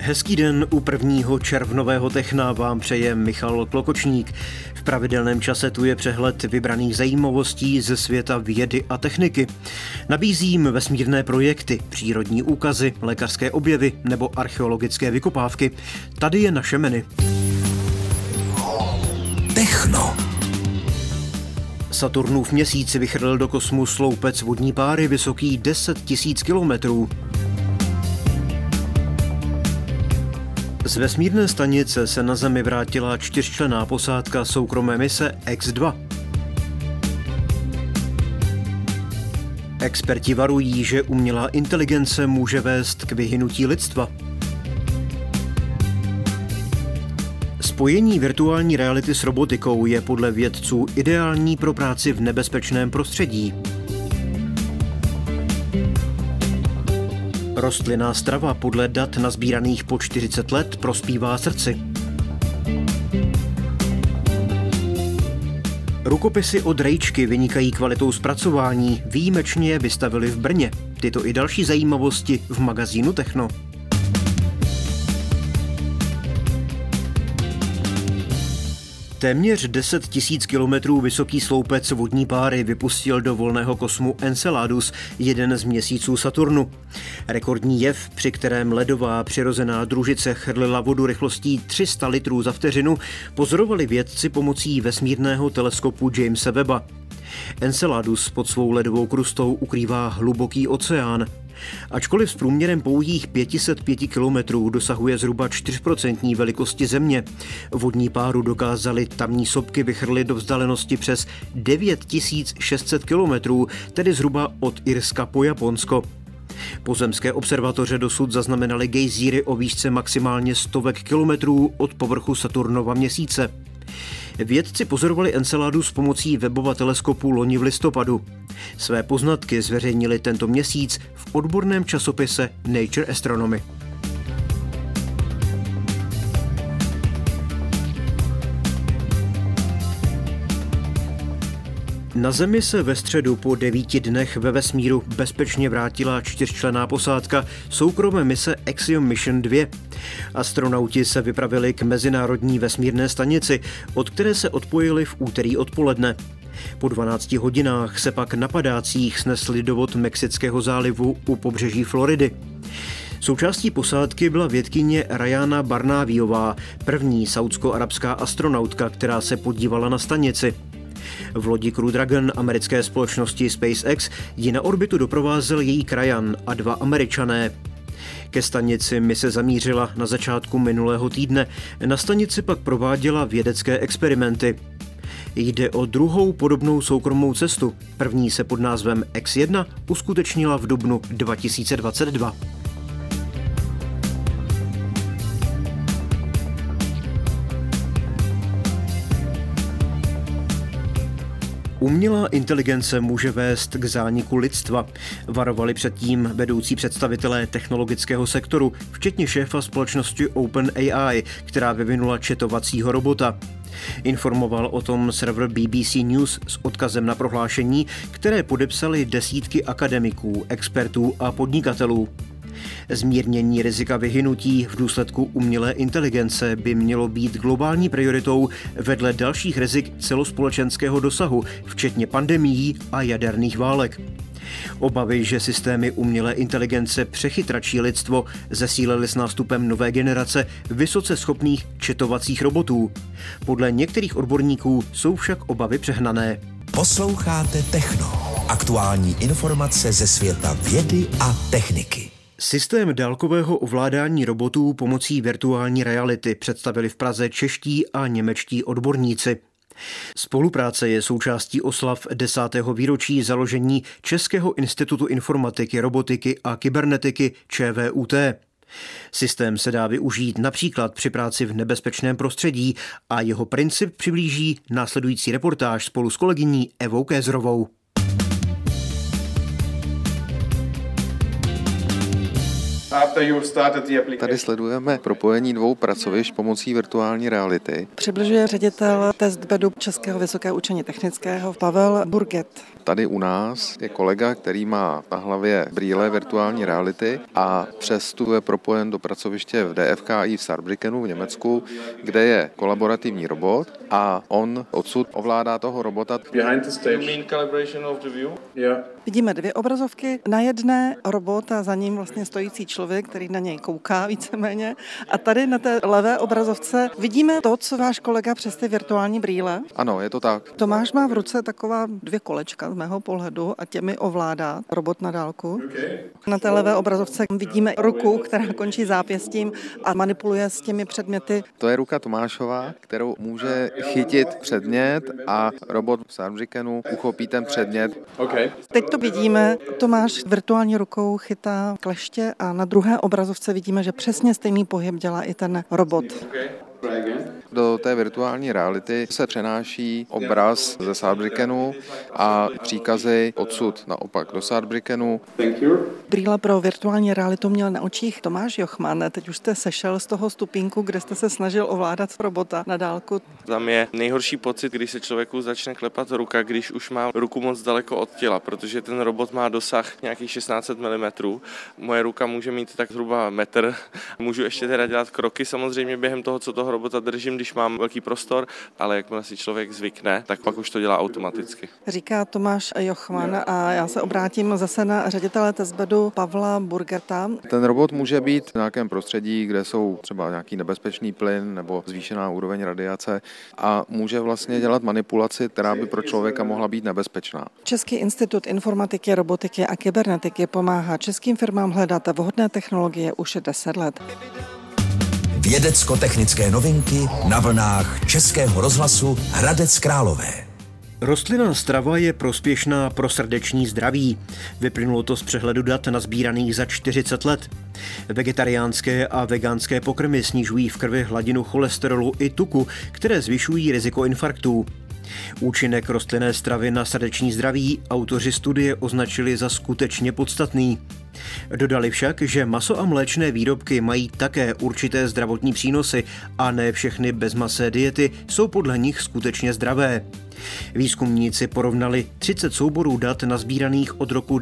Hezký den u 1. červnového Techna vám přeje Michal Klokočník. V pravidelném čase tu je přehled vybraných zajímavostí ze světa vědy a techniky. Nabízím vesmírné projekty, přírodní úkazy, lékařské objevy nebo archeologické vykopávky. Tady je naše menu. Techno. Saturnův měsíc vychrlil do kosmu sloupec vodní páry vysoký 10 000 kilometrů. Z vesmírné stanice se na Zemi vrátila 4členná posádka soukromé mise X-2. Experti varují, že umělá inteligence může vést k vyhynutí lidstva. Spojení virtuální reality s robotikou je podle vědců ideální pro práci v nebezpečném prostředí. Rostlinná strava podle dat nazbíraných po 40 let prospívá srdci. Rukopisy od Rejčky vynikají kvalitou zpracování, výjimečně je vystavili v Brně. Tyto i další zajímavosti v magazínu Techno. Téměř 10 000 kilometrů vysoký sloupec vodní páry vypustil do volného kosmu Enceladus, jeden z měsíců Saturnu. Rekordní jev, při kterém ledová přirozená družice chrlila vodu rychlostí 300 litrů za vteřinu, pozorovali vědci pomocí vesmírného teleskopu Jamese Webba. Enceladus pod svou ledovou krustou ukrývá hluboký oceán. Ačkoliv s průměrem pouhých 505 kilometrů dosahuje zhruba 4% velikosti Země, vodní páru dokázaly tamní sopky vychrlit do vzdálenosti přes 9600 kilometrů, tedy zhruba od Irska po Japonsko. Pozemské observatoře dosud zaznamenaly gejzíry o výšce maximálně stovek kilometrů od povrchu Saturnova měsíce. Vědci pozorovali Enceladus pomocí Webbova teleskopu loni v listopadu. Své poznatky zveřejnili tento měsíc v odborném časopise Nature Astronomy. Na Zemi se ve středu po 9 dnech ve vesmíru bezpečně vrátila 4členná posádka soukromé mise Axiom Mission 2. Astronauti se vypravili k mezinárodní vesmírné stanici, od které se odpojili v úterý odpoledne. Po 12 hodinách se pak na padácích snesli do vod Mexického zálivu u pobřeží Floridy. Součástí posádky byla vědkyně Rajana Barnáviová, první saúdsko-arabská astronautka, která se podívala na stanici. V lodi Crew Dragon americké společnosti SpaceX ji na orbitu doprovázel její krajan a 2 Američané. Ke stanici mise zamířila na začátku minulého týdne, na stanici pak prováděla vědecké experimenty. Jde o druhou podobnou soukromou cestu. První se pod názvem X1 uskutečnila v dubnu 2022. Umělá inteligence může vést k zániku lidstva. Varovali předtím vedoucí představitelé technologického sektoru, včetně šéfa společnosti OpenAI, která vyvinula chatovacího robota. Informoval o tom server BBC News s odkazem na prohlášení, které podepsali desítky akademiků, expertů a podnikatelů. Zmírnění rizika vyhynutí v důsledku umělé inteligence by mělo být globální prioritou vedle dalších rizik celospolečenského dosahu, včetně pandemií a jaderných válek. Obavy, že systémy umělé inteligence přechytračí lidstvo, zesílily s nástupem nové generace vysoce schopných chatovacích robotů. Podle některých odborníků jsou však obavy přehnané. Posloucháte Techno. Aktuální informace ze světa vědy a techniky. Systém dálkového ovládání robotů pomocí virtuální reality představili v Praze čeští a němečtí odborníci. Spolupráce je součástí oslav 10. výročí založení Českého institutu informatiky, robotiky a kybernetiky ČVUT. Systém se dá využít například při práci v nebezpečném prostředí a jeho princip přiblíží následující reportáž spolu s kolegyní Evou Kézrovou. Tady sledujeme propojení dvou pracovišť pomocí virtuální reality. Přibližuje ředitel testbedu Českého vysokého učení technického Pavel Burget. Tady u nás je kolega, který má na hlavě brýle virtuální reality a přes tu je propojen do pracoviště v DFKI v Saarbrückenu v Německu, kde je kolaborativní robot a on odsud ovládá toho robota. Vidíme dvě obrazovky. Na jedné robot a za ním vlastně stojící člověk, který na něj kouká víceméně. A tady na té levé obrazovce vidíme to, co váš kolega přes ty virtuální brýle. Ano, je to tak. Tomáš má v ruce taková dvě kolečka z mého pohledu a těmi ovládá robot na dálku. Na té levé obrazovce vidíme ruku, která končí zápěstím a manipuluje s těmi předměty. To je ruka Tomášova, kterou může chytit předmět a robot v Saarbrückenu uchopí ten předmět. Teď to vidíme, Tomáš virtuální rukou chytá kleště a na druhé obrazovce vidíme, že přesně stejný pohyb dělá i ten robot. Do té virtuální reality se přenáší obraz ze Saarbrückenu a příkazy odsud naopak do Saarbrückenu. Brýle pro virtuální realitu měl na očích Tomáš Jochman. Teď už jste sešel z toho stupínku, kde jste se snažil ovládat robota na dálku. Tam je nejhorší pocit, když se člověku začne klepat ruka, když už má ruku moc daleko od těla, protože ten robot má dosah nějakých 1600 mm. Moje ruka může mít tak zhruba metr. Můžu ještě teda dělat kroky samozřejmě během toho, co toho robota držím, když mám velký prostor, ale jakmile si člověk zvykne, tak pak už to dělá automaticky. Říká Tomáš Jochman a já se obrátím zase na ředitele testbedu Pavla Burgeta. Ten robot může být v nějakém prostředí, kde jsou třeba nějaký nebezpečný plyn nebo zvýšená úroveň radiace a může vlastně dělat manipulaci, která by pro člověka mohla být nebezpečná. Český institut informatiky, robotiky a kybernetiky pomáhá českým firmám hledat vhodné technologie už 10 let. Vědecko-technické novinky na vlnách Českého rozhlasu Hradec Králové. Rostlinná strava je prospěšná pro srdeční zdraví. Vyplynulo to z přehledu dat nazbíraných za 40 let. Vegetariánské a vegánské pokrmy snižují v krvi hladinu cholesterolu i tuku, které zvyšují riziko infarktů. Účinek rostlinné stravy na srdeční zdraví autoři studie označili za skutečně podstatný. Dodali však, že maso a mléčné výrobky mají také určité zdravotní přínosy a ne všechny bezmasé diety jsou podle nich skutečně zdravé. Výzkumníci porovnali 30 souborů dat nazbíraných od roku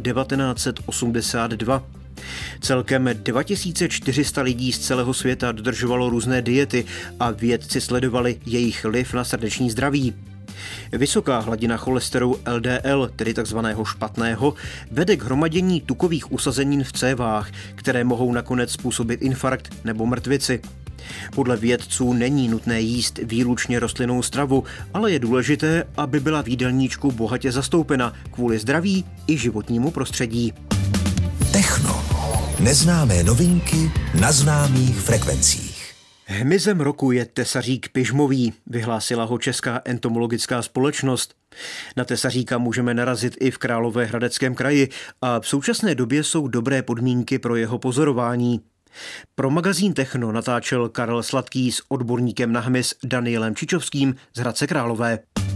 1982. Celkem 2400 lidí z celého světa dodržovalo různé diety a vědci sledovali jejich vliv na srdeční zdraví. Vysoká hladina cholesterolu LDL, tedy takzvaného špatného, vede k hromadění tukových usazenin v cévách, které mohou nakonec způsobit infarkt nebo mrtvici. Podle vědců není nutné jíst výlučně rostlinnou stravu, ale je důležité, aby byla v jídelníčku bohatě zastoupena kvůli zdraví i životnímu prostředí. Techno. Neznámé novinky na známých frekvencích. Hmyzem roku je tesařík pyžmový, vyhlásila ho Česká entomologická společnost. Na tesaříka můžeme narazit i v Královéhradeckém kraji a v současné době jsou dobré podmínky pro jeho pozorování. Pro magazín Techno natáčel Karel Sladký s odborníkem na hmyz Danielem Čičovským z Hradce Králové.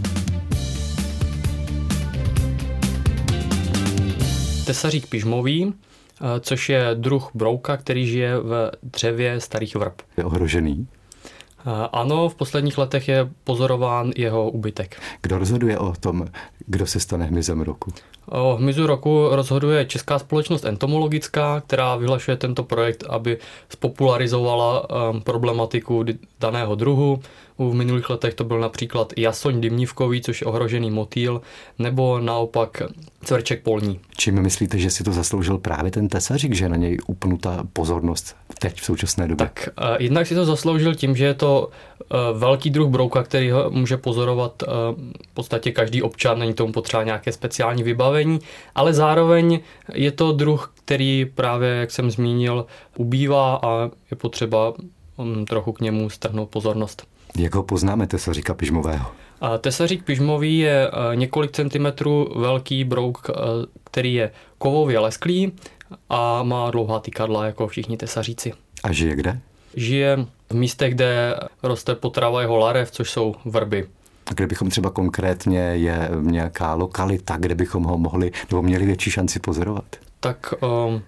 Tesařík pyžmový, což je druh brouka, který žije v dřevě starých vrb. Je ohrožený? Ano, v posledních letech je pozorován jeho úbytek. Kdo rozhoduje o tom, kdo se stane hmyzem roku? O hmyzu roku rozhoduje Česká společnost entomologická, která vyhlašuje tento projekt, aby spopularizovala problematiku daného druhu. V minulých letech to byl například jasoň dymnívkový, což je ohrožený motýl, nebo naopak cvrček polní. Čím myslíte, že si to zasloužil právě ten tesařík, že na něj upnutá pozornost teď v současné době? Tak jednak si to zasloužil tím, že je to velký druh brouka, který ho může pozorovat v podstatě každý občan, není tomu potřeba nějaké speciální vybavení, ale zároveň je to druh, který právě, jak jsem zmínil, ubývá a je potřeba trochu k němu strhnout pozornost. Jak ho poznáme, tesaříka pyžmového? Tesařík pyžmový je několik centimetrů velký brouk, který je kovově lesklý a má dlouhá tykadla jako všichni tesaříci. A žije kde? Žije v místech, kde roste potrava jeho larev, což jsou vrby. A kde bychom třeba konkrétně je nějaká lokalita, kde bychom ho mohli nebo měli větší šanci pozorovat? Tak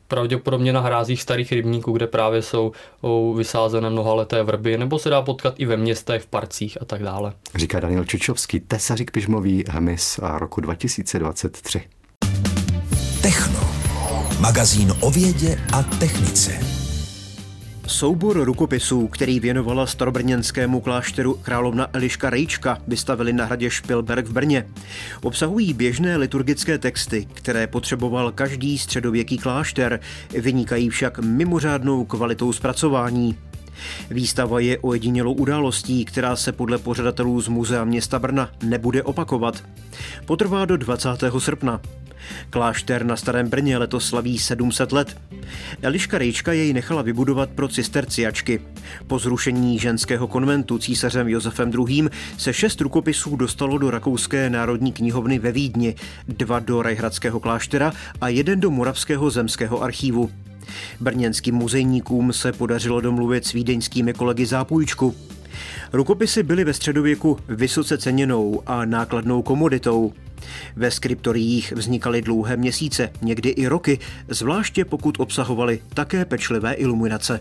pravděpodobně na hrázích starých rybníků, kde právě jsou vysázené mnohaleté vrby, nebo se dá potkat i ve městech, v parcích a tak dále. Říká Daniel Čučovský, tesařík pyžmový hmyz roku 2023. Techno. Magazín o vědě a technice. Soubor rukopisů, který věnovala starobrněnskému klášteru královna Eliška Rejčka, vystavili na hradě Špilberk v Brně. Obsahují běžné liturgické texty, které potřeboval každý středověký klášter, vynikají však mimořádnou kvalitou zpracování. Výstava je ojedinělou událostí, která se podle pořadatelů z Muzea města Brna nebude opakovat. Potrvá do 20. srpna. Klášter na Starém Brně letos slaví 700 let. Eliška Rejčka jej nechala vybudovat pro cisterciačky. Po zrušení ženského konventu císařem Josefem II. Se 6 rukopisů dostalo do Rakouské národní knihovny ve Vídni, 2 do Rajhradského kláštera a 1 do Moravského zemského archívu. Brněnským muzejníkům se podařilo domluvit s vídeňskými kolegy zápůjčku. Rukopisy byly ve středověku vysoce ceněnou a nákladnou komoditou. Ve skriptoriích vznikaly dlouhé měsíce, někdy i roky, zvláště pokud obsahovaly také pečlivé iluminace.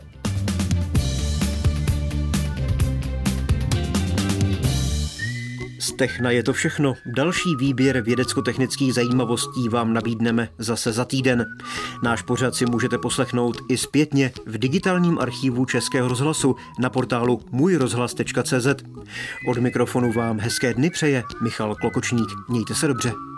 Z Techna je to všechno. Další výběr vědecko-technických zajímavostí vám nabídneme zase za týden. Náš pořad si můžete poslechnout i zpětně v digitálním archivu Českého rozhlasu na portálu můjrozhlas.cz. Od mikrofonu vám hezké dny přeje Michal Klokočník. Mějte se dobře.